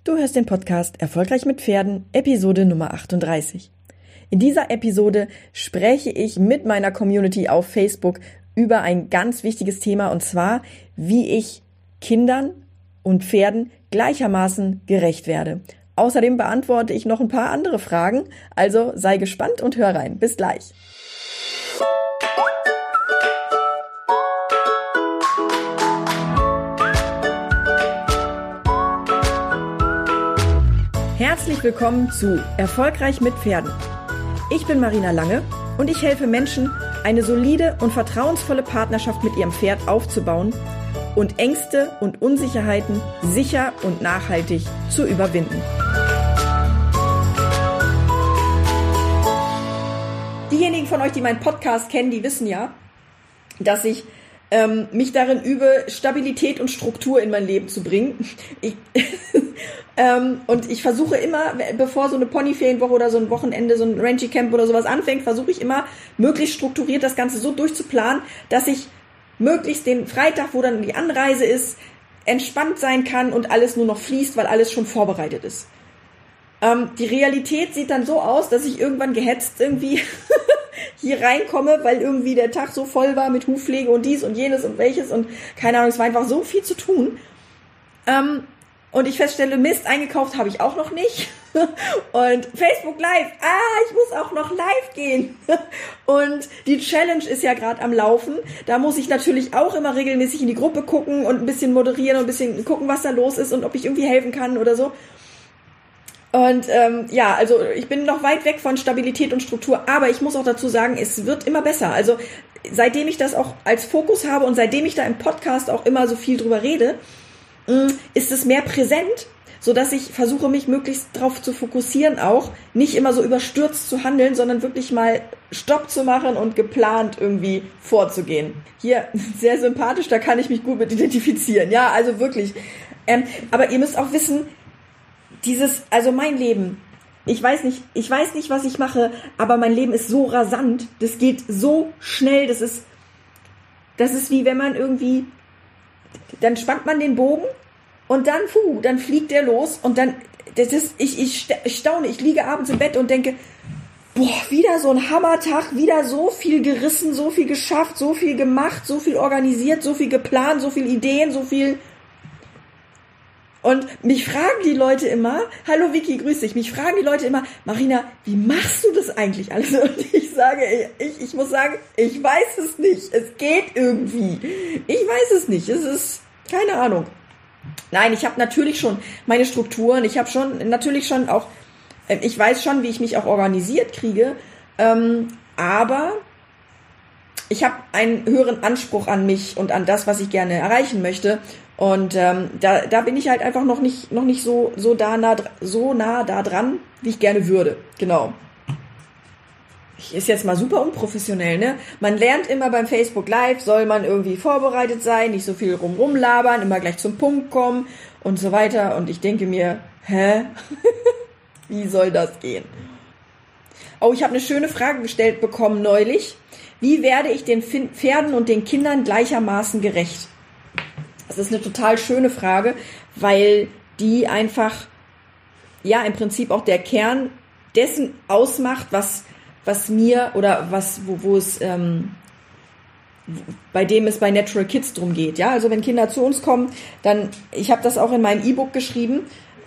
Du hörst den Podcast Erfolgreich mit Pferden, Episode Nummer 38. In dieser Episode spreche ich mit meiner Community auf Facebook über ein ganz wichtiges Thema, und zwar, wie ich Kindern und Pferden gleichermaßen gerecht werde. Außerdem beantworte ich noch ein paar andere Fragen, also sei gespannt und hör rein. Bis gleich. Herzlich willkommen zu Erfolgreich mit Pferden. Ich bin Marina Lange und ich helfe Menschen, eine solide und vertrauensvolle Partnerschaft mit ihrem Pferd aufzubauen und Ängste und Unsicherheiten sicher und nachhaltig zu überwinden. Diejenigen von euch, die meinen Podcast kennen, die wissen ja, dass ich mich darin übe, Stabilität und Struktur in mein Leben zu bringen. Und ich versuche immer, bevor so eine Ponyferienwoche oder so ein Wochenende, so ein Ranchi-Camp oder sowas anfängt, versuche ich immer, möglichst strukturiert das Ganze so durchzuplanen, dass ich möglichst den Freitag, wo dann die Anreise ist, entspannt sein kann und alles nur noch fließt, weil alles schon vorbereitet ist. Die Realität sieht dann so aus, dass ich irgendwann gehetzt irgendwie hier reinkomme, weil irgendwie der Tag so voll war mit Hufpflege und dies und jenes und welches und keine Ahnung, es war einfach so viel zu tun. Und ich feststelle, Mist, eingekauft habe ich auch noch nicht. Und Facebook Live, ich muss auch noch live gehen. Und die Challenge ist ja gerade am Laufen. Da muss ich natürlich auch immer regelmäßig in die Gruppe gucken und ein bisschen moderieren und ein bisschen gucken, was da los ist und ob ich irgendwie helfen kann oder so. Und also ich bin noch weit weg von Stabilität und Struktur, aber ich muss auch dazu sagen, es wird immer besser. Also seitdem ich das auch als Fokus habe und seitdem ich da im Podcast auch immer so viel drüber rede, ist es mehr präsent, sodass ich versuche, mich möglichst darauf zu fokussieren, auch nicht immer so überstürzt zu handeln, sondern wirklich mal Stopp zu machen und geplant irgendwie vorzugehen. Hier, sehr sympathisch, da kann ich mich gut mit identifizieren. Ja, also wirklich. Aber ihr müsst auch wissen, also mein Leben, ich weiß nicht, was ich mache, aber mein Leben ist so rasant, das geht so schnell, das ist wie wenn man irgendwie, dann spannt man den Bogen und dann fliegt der los und dann, ich staune, ich liege abends im Bett und denke, wieder so ein Hammertag, wieder so viel gerissen, so viel geschafft, so viel gemacht, so viel organisiert, so viel geplant, so viel Ideen, so viel. Und mich fragen die Leute immer, hallo Vicky, grüß dich, mich fragen die Leute immer, Marina, wie machst du das eigentlich alles? Und ich sage, ich muss sagen, ich weiß es nicht, es geht irgendwie. Ich weiß es nicht, es ist, keine Ahnung. Nein, ich habe natürlich schon meine Strukturen, ich weiß schon, wie ich mich auch organisiert kriege, aber ich habe einen höheren Anspruch an mich und an das, was ich gerne erreichen möchte. Und da bin ich halt einfach noch nicht so nah da dran, wie ich gerne würde. Genau. Ist jetzt mal super unprofessionell, ne? Man lernt immer beim Facebook Live, soll man irgendwie vorbereitet sein, nicht so viel rumlabern, immer gleich zum Punkt kommen und so weiter. Und ich denke mir, wie soll das gehen? Oh, ich habe eine schöne Frage gestellt bekommen neulich. Wie werde ich den Pferden und den Kindern gleichermaßen gerecht? Das ist eine total schöne Frage, weil die einfach, ja, im Prinzip auch der Kern dessen ausmacht, was mir oder bei dem es bei Natural Kids drum geht. Ja, also wenn Kinder zu uns kommen, dann, ich habe das auch in meinem E-Book geschrieben,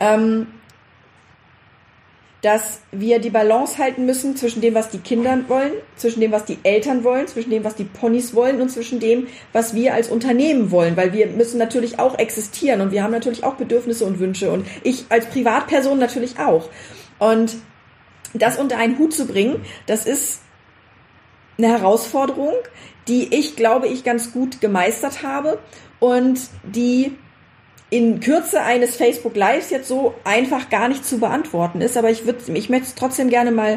dass wir die Balance halten müssen zwischen dem, was die Kinder wollen, zwischen dem, was die Eltern wollen, zwischen dem, was die Ponys wollen und zwischen dem, was wir als Unternehmen wollen, weil wir müssen natürlich auch existieren und wir haben natürlich auch Bedürfnisse und Wünsche und ich als Privatperson natürlich auch. Und das unter einen Hut zu bringen, das ist eine Herausforderung, die ich glaube, ich ganz gut gemeistert habe und die in Kürze eines Facebook Lives jetzt so einfach gar nicht zu beantworten ist, aber ich möchte es trotzdem gerne mal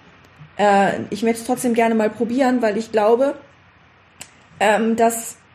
probieren, weil ich glaube, dass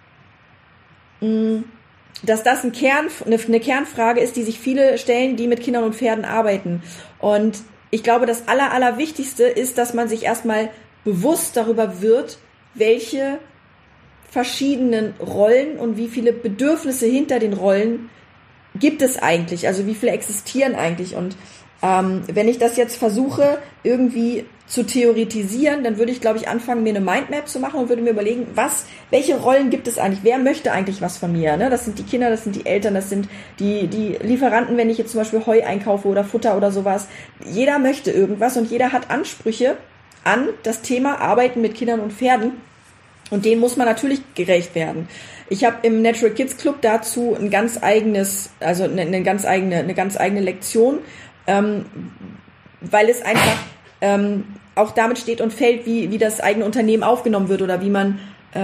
das eine Kernfrage ist, die sich viele stellen, die mit Kindern und Pferden arbeiten. Und ich glaube, das Allerwichtigste ist, dass man sich erstmal bewusst darüber wird, welche verschiedenen Rollen und wie viele Bedürfnisse hinter den Rollen gibt es eigentlich? Also wie viele existieren eigentlich? Und wenn ich das jetzt versuche, irgendwie zu theoretisieren, dann würde ich, glaube ich, anfangen, mir eine Mindmap zu machen und würde mir überlegen, welche Rollen gibt es eigentlich? Wer möchte eigentlich was von mir? Ne? Das sind die Kinder, das sind die Eltern, das sind die Lieferanten, wenn ich jetzt zum Beispiel Heu einkaufe oder Futter oder sowas. Jeder möchte irgendwas und jeder hat Ansprüche an das Thema Arbeiten mit Kindern und Pferden. Und denen muss man natürlich gerecht werden. Ich habe im Natural Kids Club dazu eine ganz eigene Lektion, weil es einfach auch damit steht und fällt, wie das eigene Unternehmen aufgenommen wird oder wie man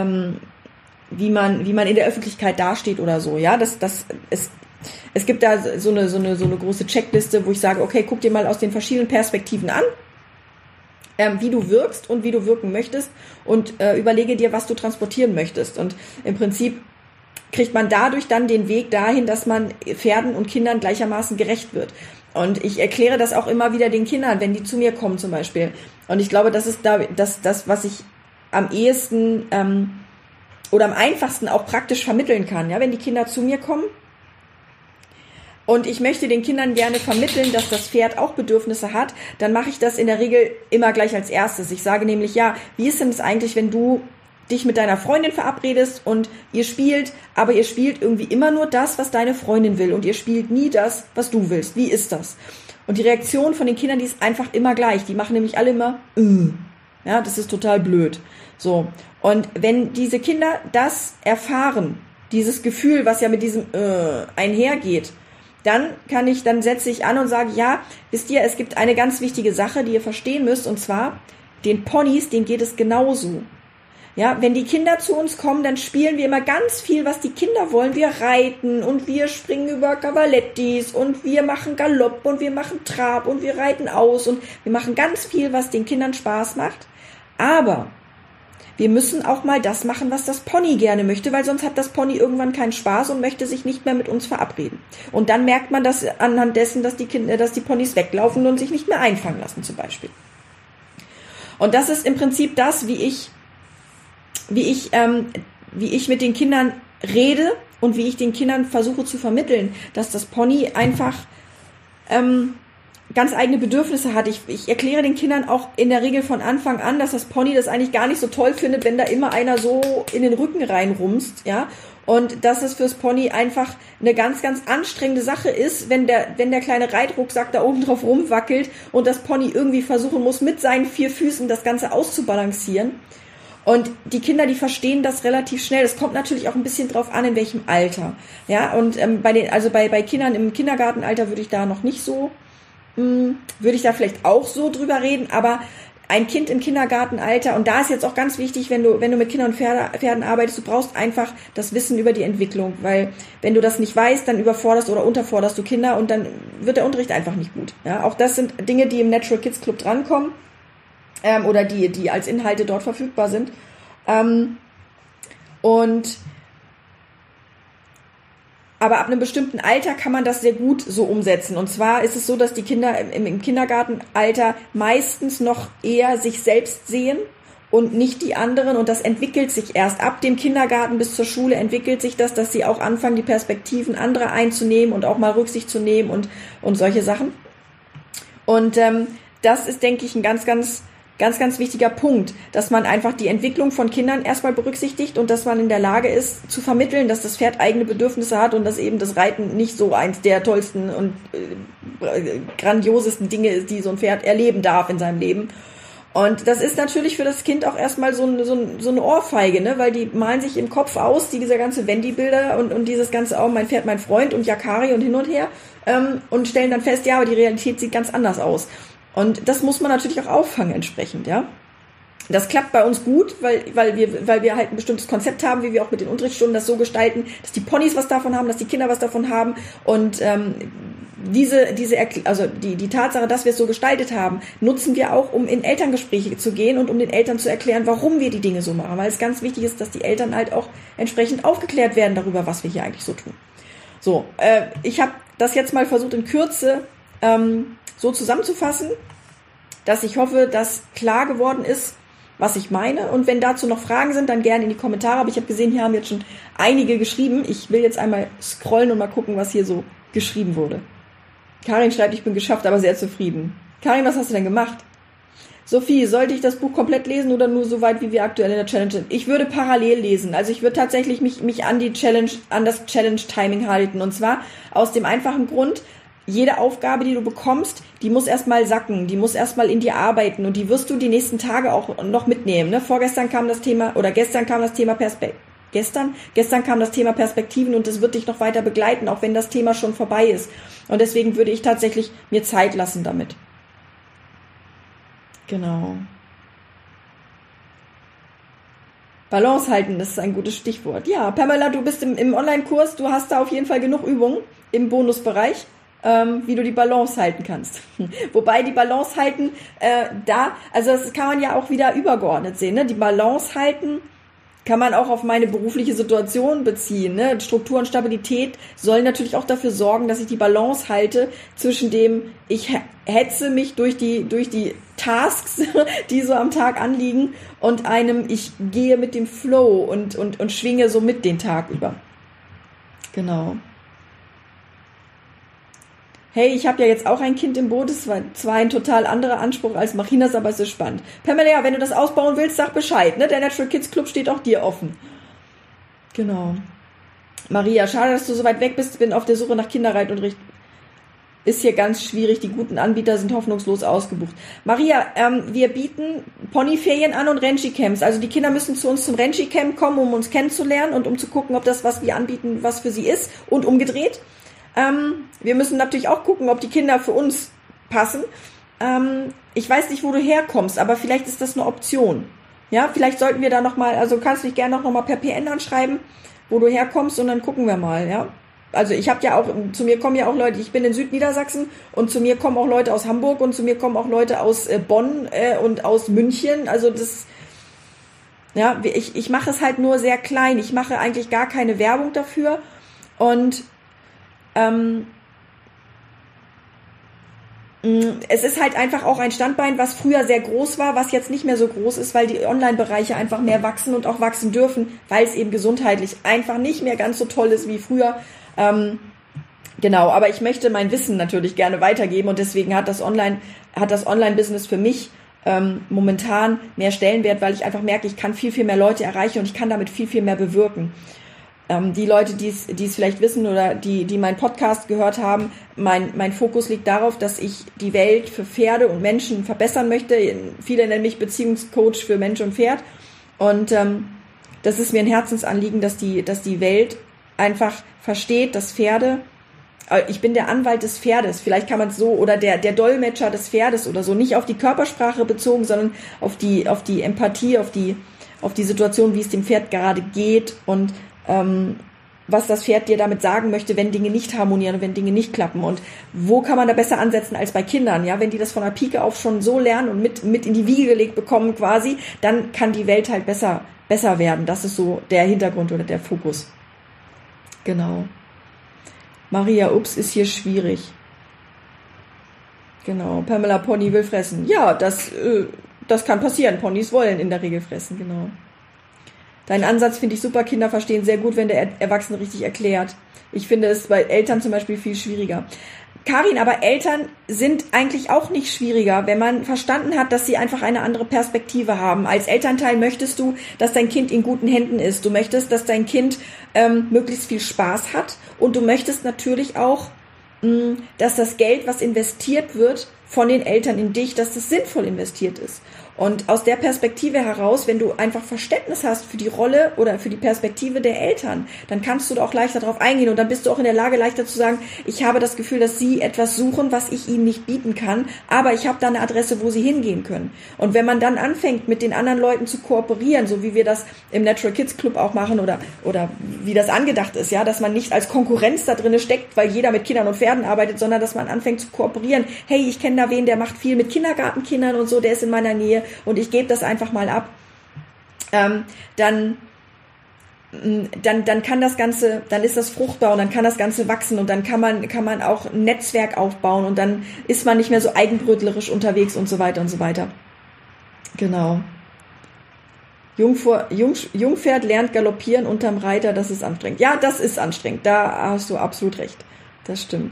in der Öffentlichkeit dasteht oder so. Ja, es gibt da so eine große Checkliste, wo ich sage, okay, guck dir mal aus den verschiedenen Perspektiven an, wie du wirkst und wie du wirken möchtest und überlege dir, was du transportieren möchtest. Und im Prinzip kriegt man dadurch dann den Weg dahin, dass man Pferden und Kindern gleichermaßen gerecht wird. Und ich erkläre das auch immer wieder den Kindern, wenn die zu mir kommen zum Beispiel. Und ich glaube, das ist das, was ich am ehesten oder am einfachsten auch praktisch vermitteln kann. Ja, wenn die Kinder zu mir kommen und ich möchte den Kindern gerne vermitteln, dass das Pferd auch Bedürfnisse hat, dann mache ich das in der Regel immer gleich als erstes. Ich sage nämlich, ja, wie ist denn es eigentlich, wenn du dich mit deiner Freundin verabredest und ihr spielt, aber ihr spielt irgendwie immer nur das, was deine Freundin will und ihr spielt nie das, was du willst. Wie ist das? Und die Reaktion von den Kindern, die ist einfach immer gleich. Die machen nämlich alle immer, ja, das ist total blöd. So. Und wenn diese Kinder das erfahren, dieses Gefühl, was ja mit diesem einhergeht, dann setze ich an und sage, ja, wisst ihr, es gibt eine ganz wichtige Sache, die ihr verstehen müsst, und zwar, den Ponys, denen geht es genauso. Ja, wenn die Kinder zu uns kommen, dann spielen wir immer ganz viel, was die Kinder wollen. Wir reiten und wir springen über Cavalettis und wir machen Galopp und wir machen Trab und wir reiten aus und wir machen ganz viel, was den Kindern Spaß macht. Aber wir müssen auch mal das machen, was das Pony gerne möchte, weil sonst hat das Pony irgendwann keinen Spaß und möchte sich nicht mehr mit uns verabreden. Und dann merkt man das anhand dessen, dass die Ponys weglaufen und sich nicht mehr einfangen lassen zum Beispiel. Und das ist im Prinzip das, wie ich mit den Kindern rede und wie ich den Kindern versuche zu vermitteln, dass das Pony einfach ganz eigene Bedürfnisse hat. Ich erkläre den Kindern auch in der Regel von Anfang an, dass das Pony das eigentlich gar nicht so toll findet, wenn da immer einer so in den Rücken reinrumst, ja. Und dass es fürs Pony einfach eine ganz, ganz anstrengende Sache ist, wenn der kleine Reitrucksack da oben drauf rumwackelt und das Pony irgendwie versuchen muss, mit seinen 4 Füßen das Ganze auszubalancieren. Und die Kinder, die verstehen das relativ schnell. Es kommt natürlich auch ein bisschen drauf an, in welchem Alter. Ja, und bei Kindern im Kindergartenalter würde ich da noch nicht so, würde ich da vielleicht auch so drüber reden, aber ein Kind im Kindergartenalter, und da ist jetzt auch ganz wichtig, wenn du mit Kindern und Pferden arbeitest, du brauchst einfach das Wissen über die Entwicklung, weil wenn du das nicht weißt, dann überforderst oder unterforderst du Kinder und dann wird der Unterricht einfach nicht gut. Ja, auch das sind Dinge, die im Natural Kids Club drankommen. Oder die als Inhalte dort verfügbar sind. Aber ab einem bestimmten Alter kann man das sehr gut so umsetzen. Und zwar ist es so, dass die Kinder im Kindergartenalter meistens noch eher sich selbst sehen und nicht die anderen. Und das entwickelt sich erst ab dem Kindergarten bis zur Schule entwickelt sich das, dass sie auch anfangen, die Perspektiven anderer einzunehmen und auch mal Rücksicht zu nehmen und solche Sachen. Und das ist, denke ich, ein ganz, ganz wichtiger Punkt, dass man einfach die Entwicklung von Kindern erstmal berücksichtigt und dass man in der Lage ist, zu vermitteln, dass das Pferd eigene Bedürfnisse hat und dass eben das Reiten nicht so eins der tollsten und grandiosesten Dinge ist, die so ein Pferd erleben darf in seinem Leben. Und das ist natürlich für das Kind auch erstmal so eine Ohrfeige, ne? Weil die malen sich im Kopf aus, dieser ganze Wendy-Bilder und dieses ganze auch, mein Pferd, mein Freund und Yakari und hin und her, und stellen dann fest, ja, aber die Realität sieht ganz anders aus. Und das muss man natürlich auch auffangen entsprechend, ja. Das klappt bei uns gut, weil wir halt ein bestimmtes Konzept haben, wie wir auch mit den Unterrichtsstunden das so gestalten, dass die Ponys was davon haben, dass die Kinder was davon haben. Und die Tatsache, dass wir es so gestaltet haben, nutzen wir auch, um in Elterngespräche zu gehen und um den Eltern zu erklären, warum wir die Dinge so machen. Weil es ganz wichtig ist, dass die Eltern halt auch entsprechend aufgeklärt werden darüber, was wir hier eigentlich so tun. So, ich habe das jetzt mal versucht in Kürze so zusammenzufassen, dass ich hoffe, dass klar geworden ist, was ich meine. Und wenn dazu noch Fragen sind, dann gerne in die Kommentare. Aber ich habe gesehen, hier haben jetzt schon einige geschrieben. Ich will jetzt einmal scrollen und mal gucken, was hier so geschrieben wurde. Karin schreibt, ich bin geschafft, aber sehr zufrieden. Karin, was hast du denn gemacht? Sophie, sollte ich das Buch komplett lesen oder nur so weit, wie wir aktuell in der Challenge sind? Ich würde parallel lesen. Also ich würde tatsächlich mich an das Challenge-Timing halten. Und zwar aus dem einfachen Grund, jede Aufgabe, die du bekommst, die muss erstmal sacken, die muss erstmal in dir arbeiten und die wirst du die nächsten Tage auch noch mitnehmen. Ne? Gestern kam das Thema Perspektiven und das wird dich noch weiter begleiten, auch wenn das Thema schon vorbei ist. Und deswegen würde ich tatsächlich mir Zeit lassen damit. Genau. Balance halten, das ist ein gutes Stichwort. Ja, Pamela, du bist im Online-Kurs, du hast da auf jeden Fall genug Übungen im Bonusbereich, wie du die Balance halten kannst. Wobei die Balance halten, also das kann man ja auch wieder übergeordnet sehen, ne? Die Balance halten kann man auch auf meine berufliche Situation beziehen. Ne? Struktur und Stabilität sollen natürlich auch dafür sorgen, dass ich die Balance halte zwischen dem, ich hetze mich durch die Tasks, die so am Tag anliegen, und einem, ich gehe mit dem Flow und schwinge so mit den Tag über. Genau. Hey, ich habe ja jetzt auch ein Kind im Boot. Das war zwar ein total anderer Anspruch als Marinas, aber es ist spannend. Pamela, ja, wenn du das ausbauen willst, sag Bescheid. Ne? Der Natural Kids Club steht auch dir offen. Genau. Maria, schade, dass du so weit weg bist. Bin auf der Suche nach Kinderreitunterricht. Ist hier ganz schwierig. Die guten Anbieter sind hoffnungslos ausgebucht. Maria, wir bieten Ponyferien an und Renchi-Camps. Also die Kinder müssen zu uns zum Renchi-Camp kommen, um uns kennenzulernen und um zu gucken, ob das, was wir anbieten, was für sie ist, und umgedreht. Wir müssen natürlich auch gucken, ob die Kinder für uns passen. Ich weiß nicht, wo du herkommst, aber vielleicht ist das eine Option. Ja, vielleicht sollten wir da nochmal, also kannst du dich gerne noch mal per PN anschreiben, wo du herkommst, und dann gucken wir mal, ja. Also ich habe ja auch, zu mir kommen ja auch Leute, ich bin in Südniedersachsen und zu mir kommen auch Leute aus Hamburg und zu mir kommen auch Leute aus Bonn und aus München. Also das, ja, ich mache es halt nur sehr klein. Ich mache eigentlich gar keine Werbung dafür, und es ist halt einfach auch ein Standbein, was früher sehr groß war, was jetzt nicht mehr so groß ist, weil die Online-Bereiche einfach mehr wachsen und auch wachsen dürfen, weil es eben gesundheitlich einfach nicht mehr ganz so toll ist wie früher. Genau, aber ich möchte mein Wissen natürlich gerne weitergeben, und deswegen hat das Online-Business für mich momentan mehr Stellenwert, weil ich einfach merke, ich kann viel, viel mehr Leute erreichen und ich kann damit viel, viel mehr bewirken. Die Leute, die es vielleicht wissen oder die meinen Podcast gehört haben, mein Fokus liegt darauf, dass ich die Welt für Pferde und Menschen verbessern möchte. Viele nennen mich Beziehungscoach für Mensch und Pferd. Und das ist mir ein Herzensanliegen, dass die Welt einfach versteht, dass Pferde, ich bin der Anwalt des Pferdes, vielleicht kann man es so, oder der Dolmetscher des Pferdes oder so, nicht auf die Körpersprache bezogen, sondern auf die Empathie, auf die Situation, wie es dem Pferd gerade geht, und was das Pferd dir damit sagen möchte, wenn Dinge nicht harmonieren und wenn Dinge nicht klappen. Und wo kann man da besser ansetzen als bei Kindern? Ja, wenn die das von der Pike auf schon so lernen und mit in die Wiege gelegt bekommen quasi, dann kann die Welt halt besser werden. Das ist so der Hintergrund oder der Fokus. Genau. Maria, ups, ist hier schwierig. Genau. Pamela, Pony will fressen. Ja, das kann passieren. Ponys wollen in der Regel fressen, genau. Deinen Ansatz finde ich super. Kinder verstehen sehr gut, wenn der Erwachsene richtig erklärt. Ich finde es bei Eltern zum Beispiel viel schwieriger. Karin, aber Eltern sind eigentlich auch nicht schwieriger, wenn man verstanden hat, dass sie einfach eine andere Perspektive haben. Als Elternteil möchtest du, dass dein Kind in guten Händen ist. Du möchtest, dass dein Kind möglichst viel Spaß hat. Und du möchtest natürlich auch, dass das Geld, was investiert wird von den Eltern in dich, dass das sinnvoll investiert ist. Und aus der Perspektive heraus, wenn du einfach Verständnis hast für die Rolle oder für die Perspektive der Eltern, dann kannst du da auch leichter drauf eingehen, und dann bist du auch in der Lage, leichter zu sagen, ich habe das Gefühl, dass sie etwas suchen, was ich ihnen nicht bieten kann, aber ich habe da eine Adresse, wo sie hingehen können. Und wenn man dann anfängt, mit den anderen Leuten zu kooperieren, so wie wir das im Natural Kids Club auch machen oder wie das angedacht ist, ja, dass man nicht als Konkurrenz da drinne steckt, weil jeder mit Kindern und Pferden arbeitet, sondern dass man anfängt zu kooperieren. Hey, ich kenne da wen, der macht viel mit Kindergartenkindern und so, der ist in meiner Nähe, und ich gebe das einfach mal ab, dann kann das Ganze, dann ist das fruchtbar und dann kann das Ganze wachsen, und dann kann man auch ein Netzwerk aufbauen, und dann ist man nicht mehr so eigenbrötlerisch unterwegs und so weiter und so weiter. Genau. Jungpferd lernt galoppieren unterm Reiter, das ist anstrengend. Ja, das ist anstrengend, da hast du absolut recht. Das stimmt.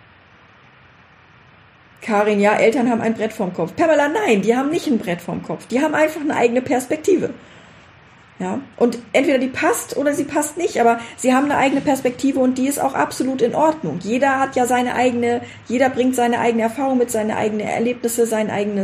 Karin, ja, Eltern haben ein Brett vorm Kopf. Pamela, nein, die haben nicht ein Brett vorm Kopf. Die haben einfach eine eigene Perspektive. Ja, und entweder die passt oder sie passt nicht, aber sie haben eine eigene Perspektive und die ist auch absolut in Ordnung. Jeder hat ja jeder bringt seine eigene Erfahrung mit, seine eigenen Erlebnisse, seine eigenen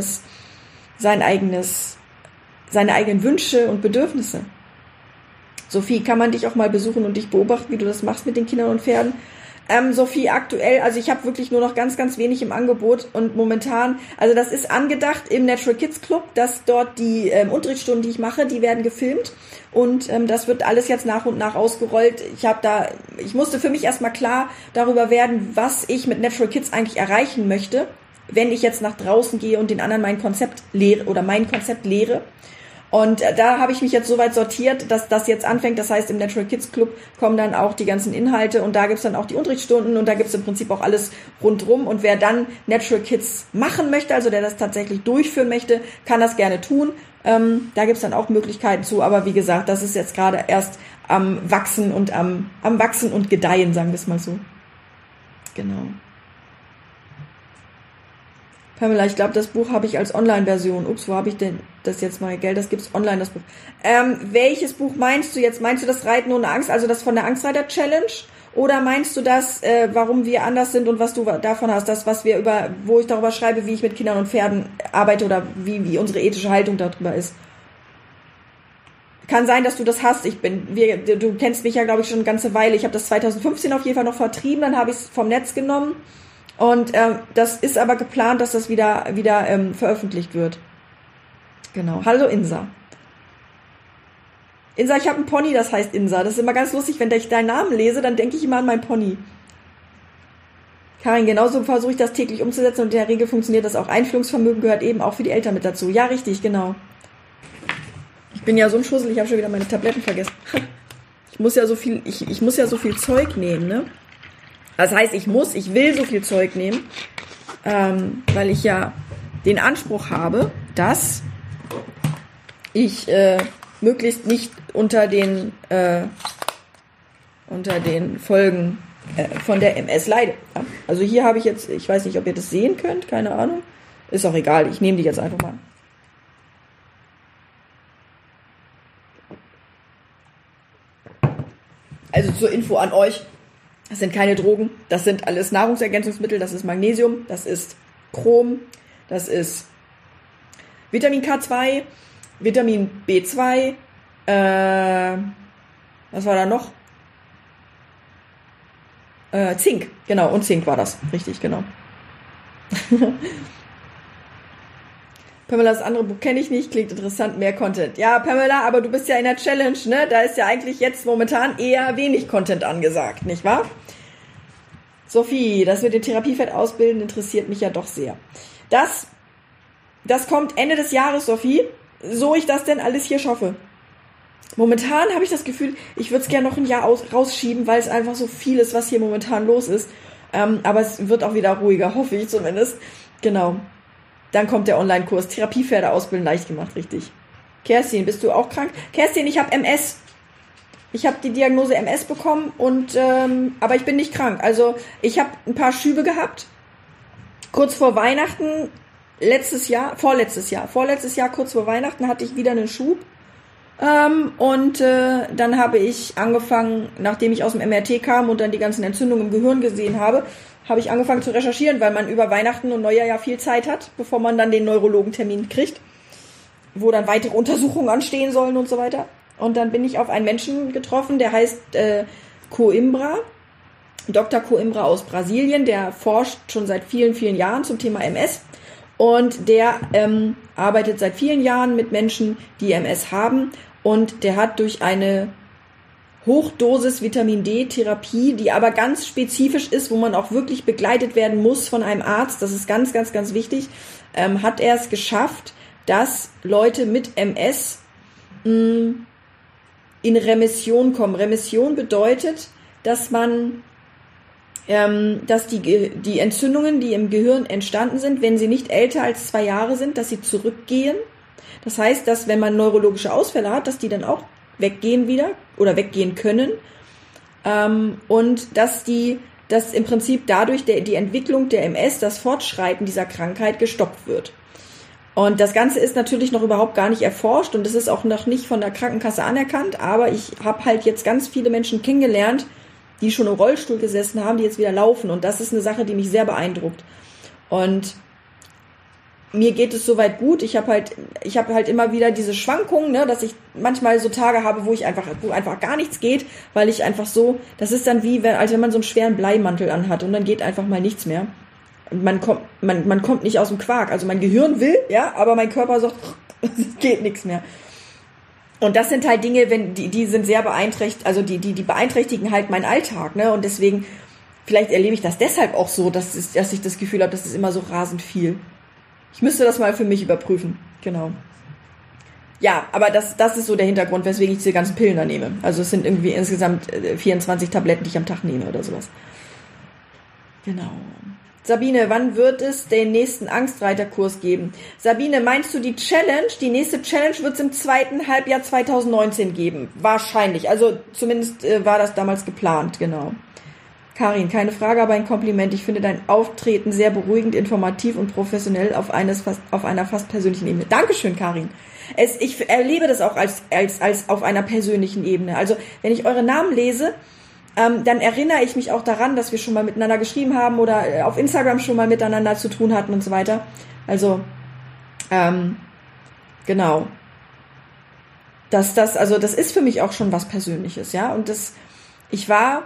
Wünsche und Bedürfnisse. Sophie, kann man dich auch mal besuchen und dich beobachten, wie du das machst mit den Kindern und Pferden? Sophie, aktuell, also ich habe wirklich nur noch ganz, ganz wenig im Angebot und momentan, also das ist angedacht im Natural Kids Club, dass dort die Unterrichtsstunden, die ich mache, die werden gefilmt und das wird alles jetzt nach und nach ausgerollt. Ich musste für mich erstmal klar darüber werden, was ich mit Natural Kids eigentlich erreichen möchte, wenn ich jetzt nach draußen gehe und den anderen mein Konzept lehre. Und da habe ich mich jetzt soweit sortiert, dass das jetzt anfängt. Das heißt, im Natural Kids Club kommen dann auch die ganzen Inhalte und da gibt's dann auch die Unterrichtsstunden und da gibt's im Prinzip auch alles rundrum. Und wer dann Natural Kids machen möchte, also der das tatsächlich durchführen möchte, kann das gerne tun. Da gibt's dann auch Möglichkeiten zu. Aber wie gesagt, das ist jetzt gerade erst am Wachsen und am Wachsen und Gedeihen, sagen wir es mal so. Genau. Pamela, ich glaube, das Buch habe ich als Online-Version. Ups, wo habe ich denn das jetzt mal? Gell, das gibt's online, das Buch. Welches Buch meinst du jetzt? Meinst du das Reiten ohne Angst, also das von der Angstreiter-Challenge? Oder meinst du das, warum wir anders sind und was du davon hast? Das, wo ich darüber schreibe, wie ich mit Kindern und Pferden arbeite oder wie unsere ethische Haltung darüber ist? Kann sein, dass du das hast. Du kennst mich ja, glaube ich, schon eine ganze Weile. Ich habe das 2015 auf jeden Fall noch vertrieben, dann habe ich es vom Netz genommen. Und das ist aber geplant, dass das wieder veröffentlicht wird. Genau. Hallo Insa. Insa, ich habe einen Pony, das heißt Insa. Das ist immer ganz lustig, wenn ich deinen Namen lese, dann denke ich immer an meinen Pony. Karin, genauso versuche ich das täglich umzusetzen und in der Regel funktioniert das auch. Einfühlungsvermögen gehört eben auch für die Eltern mit dazu. Ja, richtig, genau. Ich bin ja so ein Schussel, ich habe schon wieder meine Tabletten vergessen. Ich muss ja so viel Zeug nehmen, ne? Das heißt, ich will so viel Zeug nehmen, weil ich ja den Anspruch habe, dass ich möglichst nicht unter den Folgen von der MS leide. Ja? Also hier habe ich jetzt, ich weiß nicht, ob ihr das sehen könnt, keine Ahnung. Ist auch egal, ich nehme die jetzt einfach mal. Also zur Info an euch. Das sind keine Drogen, das sind alles Nahrungsergänzungsmittel, das ist Magnesium, das ist Chrom, das ist Vitamin K2, Vitamin B2, was war da noch? Zink, genau, und Zink war das, richtig, genau. Pamela, das andere Buch kenne ich nicht, klingt interessant, mehr Content. Ja, Pamela, aber du bist ja in der Challenge, ne? Da ist ja eigentlich jetzt momentan eher wenig Content angesagt, nicht wahr? Sophie, das mit dem Therapiefeld ausbilden interessiert mich ja doch sehr. Das kommt Ende des Jahres, Sophie, so ich das denn alles hier schaffe. Momentan habe ich das Gefühl, ich würde es gerne noch ein Jahr rausschieben, weil es einfach so viel ist, was hier momentan los ist. Aber es wird auch wieder ruhiger, hoffe ich zumindest. Genau. Dann kommt der Online-Kurs. Therapiepferde ausbilden leicht gemacht, richtig. Kerstin, bist du auch krank? Kerstin, ich habe MS. Ich habe die Diagnose MS bekommen aber ich bin nicht krank. Also ich habe ein paar Schübe gehabt. Kurz vor Weihnachten, vorletztes Jahr, kurz vor Weihnachten hatte ich wieder einen Schub. Dann habe ich angefangen, nachdem ich aus dem MRT kam und dann die ganzen Entzündungen im Gehirn gesehen habe ich angefangen zu recherchieren, weil man über Weihnachten und Neujahr ja viel Zeit hat, bevor man dann den Neurologentermin kriegt, wo dann weitere Untersuchungen anstehen sollen und so weiter. Und dann bin ich auf einen Menschen getroffen, der heißt Coimbra, Dr. Coimbra aus Brasilien, der forscht schon seit vielen, vielen Jahren zum Thema MS und der arbeitet seit vielen Jahren mit Menschen, die MS haben und der hat durch eine Hochdosis Vitamin D-Therapie, die aber ganz spezifisch ist, wo man auch wirklich begleitet werden muss von einem Arzt, das ist ganz, ganz, ganz wichtig, hat er es geschafft, dass Leute mit MS in Remission kommen. Remission bedeutet, dass die Entzündungen, die im Gehirn entstanden sind, wenn sie nicht älter als 2 Jahre sind, dass sie zurückgehen. Das heißt, dass wenn man neurologische Ausfälle hat, dass die dann auch weggehen wieder oder weggehen können und dass die dass im Prinzip dadurch die Entwicklung der MS, das Fortschreiten dieser Krankheit gestoppt wird. Und das Ganze ist natürlich noch überhaupt gar nicht erforscht und es ist auch noch nicht von der Krankenkasse anerkannt, aber ich habe halt jetzt ganz viele Menschen kennengelernt, die schon im Rollstuhl gesessen haben, die jetzt wieder laufen und das ist eine Sache, die mich sehr beeindruckt. Und mir geht es soweit gut. Ich habe halt immer wieder diese Schwankungen, ne, dass ich manchmal so Tage habe, wo einfach gar nichts geht, weil ich einfach so, das ist dann wie, als wenn man so einen schweren Bleimantel anhat und dann geht einfach mal nichts mehr. Und man kommt nicht aus dem Quark. Also mein Gehirn will, ja, aber mein Körper sagt, es geht nichts mehr. Und das sind halt Dinge, die sind sehr beeinträchtigt, also die beeinträchtigen halt meinen Alltag, ne, und deswegen, vielleicht erlebe ich das deshalb auch so, dass ich das Gefühl habe, das ist immer so rasend viel. Ich müsste das mal für mich überprüfen. Genau. Ja, aber das ist so der Hintergrund, weswegen ich diese ganzen Pillen da nehme. Also es sind irgendwie insgesamt 24 Tabletten, die ich am Tag nehme oder sowas. Genau. Sabine, wann wird es den nächsten Angstreiterkurs geben? Sabine, meinst du die Challenge? Die nächste Challenge wird es im zweiten Halbjahr 2019 geben. Wahrscheinlich. Also zumindest war das damals geplant, genau. Karin, keine Frage, aber ein Kompliment. Ich finde dein Auftreten sehr beruhigend, informativ und professionell auf einer fast persönlichen Ebene. Dankeschön, Karin. Ich erlebe das auch als auf einer persönlichen Ebene. Also, wenn ich eure Namen lese, dann erinnere ich mich auch daran, dass wir schon mal miteinander geschrieben haben oder auf Instagram schon mal miteinander zu tun hatten und so weiter. Also, genau. Das ist für mich auch schon was Persönliches, ja. Und ich war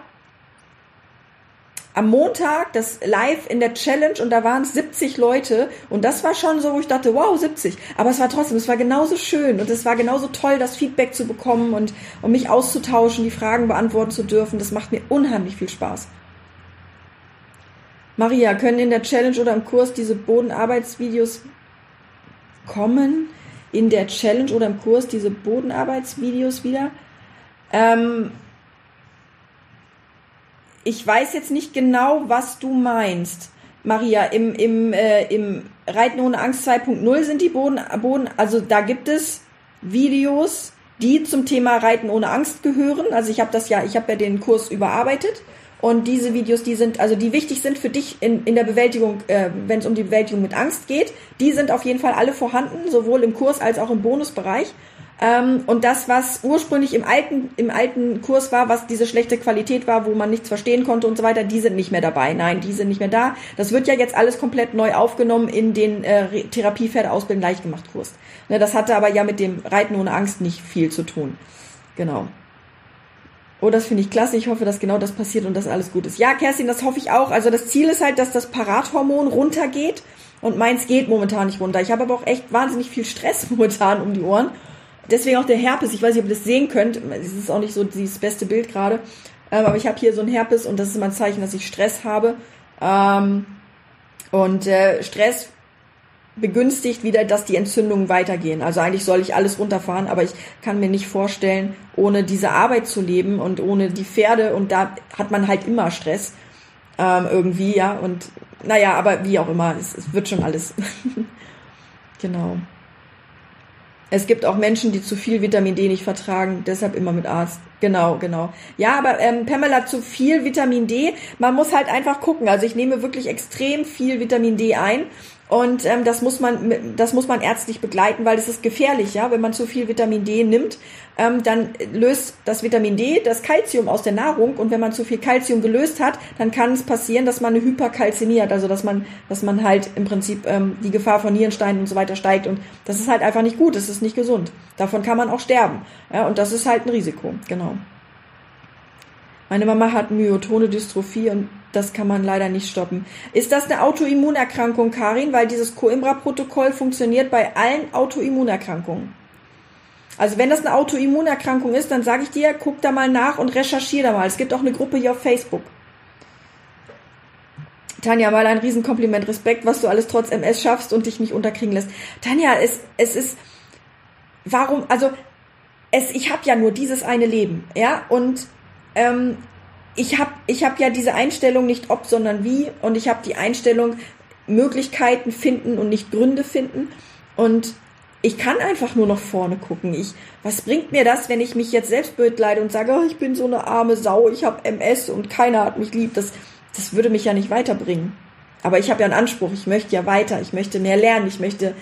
am Montag das live in der Challenge und da waren es 70 Leute und das war schon so, wo ich dachte, wow, 70. Aber es war genauso schön und es war genauso toll, das Feedback zu bekommen und mich auszutauschen, die Fragen beantworten zu dürfen. Das macht mir unheimlich viel Spaß. Maria, können in der Challenge oder im Kurs diese Bodenarbeitsvideos kommen? In der Challenge oder im Kurs diese Bodenarbeitsvideos wieder? Ich weiß jetzt nicht genau, was du meinst, Maria. Im Reiten ohne Angst 2.0 sind die Boden, also da gibt es Videos, die zum Thema Reiten ohne Angst gehören. Also ich habe ja den Kurs überarbeitet und diese Videos, die wichtig sind für dich in der Bewältigung, wenn es um die Bewältigung mit Angst geht, die sind auf jeden Fall alle vorhanden, sowohl im Kurs als auch im Bonusbereich. Und das, was ursprünglich im alten Kurs war, was diese schlechte Qualität war, wo man nichts verstehen konnte und so weiter, die sind nicht mehr dabei. Nein, die sind nicht mehr da. Das wird ja jetzt alles komplett neu aufgenommen in den Therapiepferde-Ausbilden Leichtgemacht-Kurs. Ne, das hatte aber ja mit dem Reiten ohne Angst nicht viel zu tun. Genau. Oh, das finde ich klasse. Ich hoffe, dass genau das passiert und dass alles gut ist. Ja, Kerstin, das hoffe ich auch. Also das Ziel ist halt, dass das Parathormon runtergeht und meins geht momentan nicht runter. Ich habe aber auch echt wahnsinnig viel Stress momentan um die Ohren. Deswegen auch der Herpes, ich weiß nicht, ob ihr das sehen könnt, es ist auch nicht so das beste Bild gerade, aber ich habe hier so ein Herpes und das ist immer ein Zeichen, dass ich Stress habe. Stress begünstigt wieder, dass die Entzündungen weitergehen. Also eigentlich soll ich alles runterfahren, aber ich kann mir nicht vorstellen, ohne diese Arbeit zu leben und ohne die Pferde und da hat man halt immer Stress irgendwie, ja, und naja, aber wie auch immer, es wird schon alles. Genau. Es gibt auch Menschen, die zu viel Vitamin D nicht vertragen, deshalb immer mit Arzt. Genau. Ja, aber Pamela, zu viel Vitamin D, man muss halt einfach gucken. Also ich nehme wirklich extrem viel Vitamin D ein und das muss man ärztlich begleiten, weil es ist gefährlich, ja. Wenn man zu viel Vitamin D nimmt, dann löst das Vitamin D das Calcium aus der Nahrung und wenn man zu viel Calcium gelöst hat, dann kann es passieren, dass man eine Hyperkalzämie hat, also dass man halt im Prinzip die Gefahr von Nierensteinen und so weiter steigt und das ist halt einfach nicht gut, das ist nicht gesund. Davon kann man auch sterben, ja, und das ist halt ein Risiko, genau. Meine Mama hat myotone Dystrophie und das kann man leider nicht stoppen. Ist das eine Autoimmunerkrankung, Karin? Weil dieses Coimbra-Protokoll funktioniert bei allen Autoimmunerkrankungen. Also wenn das eine Autoimmunerkrankung ist, dann sage ich dir, guck da mal nach und recherchiere da mal. Es gibt auch eine Gruppe hier auf Facebook. Tanja, mal ein Riesenkompliment, Respekt, was du alles trotz MS schaffst und dich nicht unterkriegen lässt. Tanja, es ist, warum, also ich habe ja nur dieses eine Leben, ja, und ich hab ja diese Einstellung nicht ob, sondern wie, und ich habe die Einstellung Möglichkeiten finden und nicht Gründe finden und ich kann einfach nur nach vorne gucken. Was bringt mir das, wenn ich mich jetzt selbst bemitleide und sage, oh, ich bin so eine arme Sau, ich habe MS und keiner hat mich lieb. das würde mich ja nicht weiterbringen. Aber ich habe ja einen Anspruch, ich möchte ja weiter, ich möchte mehr lernen, ich möchte,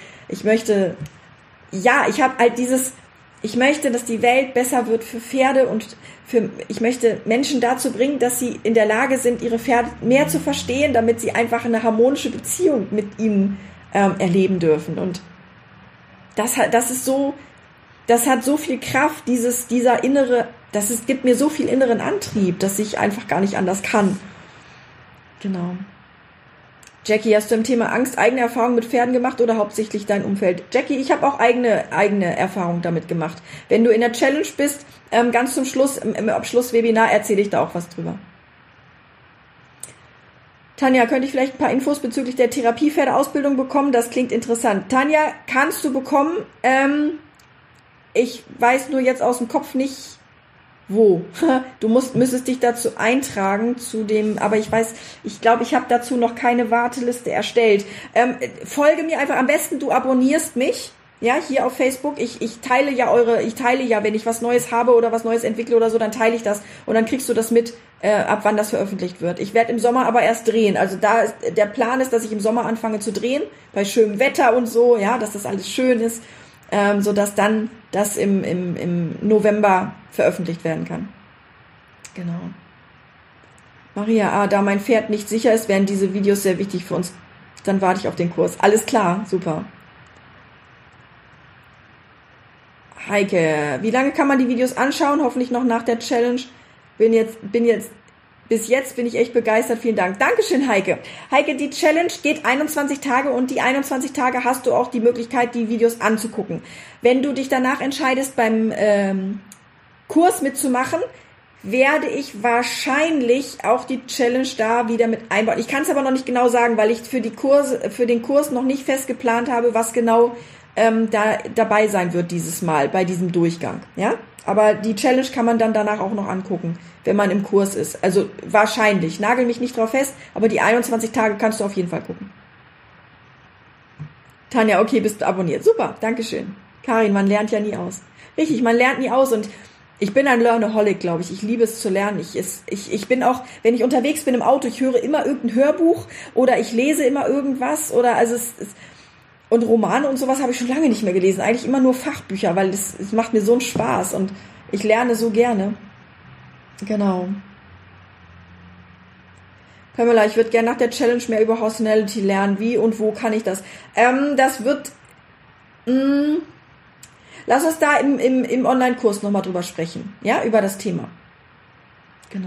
ich habe halt ich möchte, dass die Welt besser wird für Pferde und ich möchte Menschen dazu bringen, dass sie in der Lage sind, ihre Pferde mehr zu verstehen, damit sie einfach eine harmonische Beziehung mit ihnen erleben dürfen. Und das hat so viel Kraft, gibt mir so viel inneren Antrieb, dass ich einfach gar nicht anders kann. Genau. Jackie, hast du im Thema Angst eigene Erfahrungen mit Pferden gemacht oder hauptsächlich dein Umfeld? Jackie, ich habe auch eigene Erfahrungen damit gemacht. Wenn du in der Challenge bist, ganz zum Schluss, im Abschlusswebinar erzähle ich da auch was drüber. Tanja, könnte ich vielleicht ein paar Infos bezüglich der Therapiepferdeausbildung bekommen? Das klingt interessant. Tanja, kannst du bekommen. Ich weiß nur jetzt aus dem Kopf nicht, wo. Du müsstest dich dazu eintragen, aber ich glaube, ich habe dazu noch keine Warteliste erstellt. Folge mir einfach, am besten du abonnierst mich, ja, hier auf Facebook. Ich teile ja, wenn ich was Neues habe oder was Neues entwickle oder so, dann teile ich das und dann kriegst du das mit, ab wann das veröffentlicht wird. Ich werde im Sommer aber erst drehen. Also der Plan ist, dass ich im Sommer anfange zu drehen, bei schönem Wetter und so, ja, dass das alles schön ist, sodass dann das im November veröffentlicht werden kann. Genau. Maria, da mein Pferd nicht sicher ist, wären diese Videos sehr wichtig für uns. Dann warte ich auf den Kurs. Alles klar, super. Heike, wie lange kann man die Videos anschauen? Hoffentlich noch nach der Challenge. Bis jetzt bin ich echt begeistert. Vielen Dank. Dankeschön, Heike. Heike, die Challenge geht 21 Tage und die 21 Tage hast du auch die Möglichkeit, die Videos anzugucken. Wenn du dich danach entscheidest, beim Kurs mitzumachen, werde ich wahrscheinlich auch die Challenge da wieder mit einbauen. Ich kann es aber noch nicht genau sagen, weil ich für den Kurs noch nicht fest geplant habe, was genau da dabei sein wird dieses Mal bei diesem Durchgang. Ja? Aber die Challenge kann man dann danach auch noch angucken, wenn man im Kurs ist. Also wahrscheinlich. Nagel mich nicht drauf fest, aber die 21 Tage kannst du auf jeden Fall gucken. Tanja, okay, bist du abonniert. Super, Dankeschön. Karin, man lernt ja nie aus. Richtig, man lernt nie aus und ich bin ein Learnaholic, glaube ich. Ich liebe es zu lernen. Ich bin auch, wenn ich unterwegs bin im Auto, ich höre immer irgendein Hörbuch oder ich lese immer irgendwas und Romane und sowas habe ich schon lange nicht mehr gelesen. Eigentlich immer nur Fachbücher, weil es macht mir so einen Spaß und ich lerne so gerne. Genau. Pamela, ich würde gerne nach der Challenge mehr über Horsenality lernen. Wie und wo kann ich das? Lass uns da im Online-Kurs nochmal drüber sprechen. Ja, über das Thema. Genau.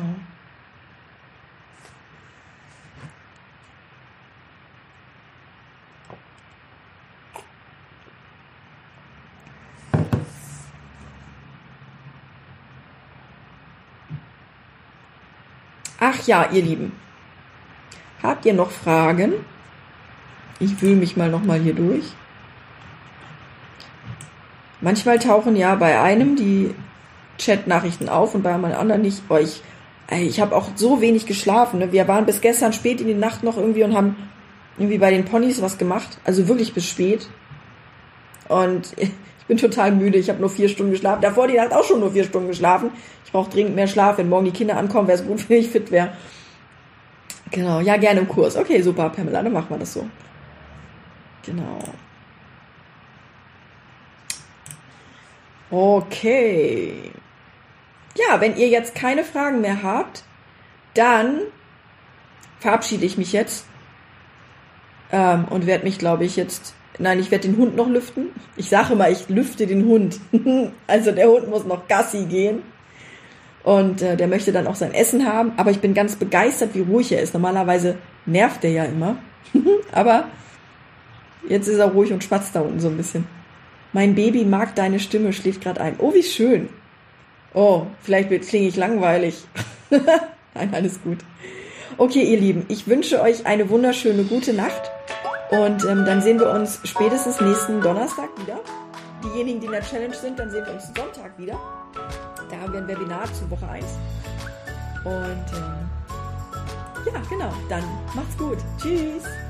Ach ja, ihr Lieben. Habt ihr noch Fragen? Ich wühle mich nochmal hier durch. Manchmal tauchen ja bei einem die Chat-Nachrichten auf und bei einem anderen nicht. Oh, ich habe auch so wenig geschlafen. Ne? Wir waren bis gestern spät in die Nacht noch irgendwie und haben irgendwie bei den Ponys was gemacht. Also wirklich bis spät. Und ich bin total müde. Ich habe nur 4 Stunden geschlafen. Davor die Nacht auch schon nur 4 Stunden geschlafen. Ich brauche dringend mehr Schlaf. Wenn morgen die Kinder ankommen, wäre es gut, wenn ich fit wäre. Genau, ja, gerne im Kurs. Okay, super, Pamela, dann machen wir das so. Genau. Okay. Ja, wenn ihr jetzt keine Fragen mehr habt, dann verabschiede ich mich jetzt und werde mich, glaube ich, ich werde den Hund noch lüften. Ich sage immer, ich lüfte den Hund. Also der Hund muss noch Gassi gehen und der möchte dann auch sein Essen haben. Aber ich bin ganz begeistert, wie ruhig er ist. Normalerweise nervt er ja immer. Aber jetzt ist er ruhig und schwatzt da unten so ein bisschen. Mein Baby mag deine Stimme, schläft gerade ein. Oh, wie schön. Oh, vielleicht klinge ich langweilig. Nein, alles gut. Okay, ihr Lieben, ich wünsche euch eine wunderschöne gute Nacht. Und dann sehen wir uns spätestens nächsten Donnerstag wieder. Diejenigen, die in der Challenge sind, dann sehen wir uns Sonntag wieder. Da haben wir ein Webinar zu Woche 1. Und ja, genau, dann macht's gut. Tschüss.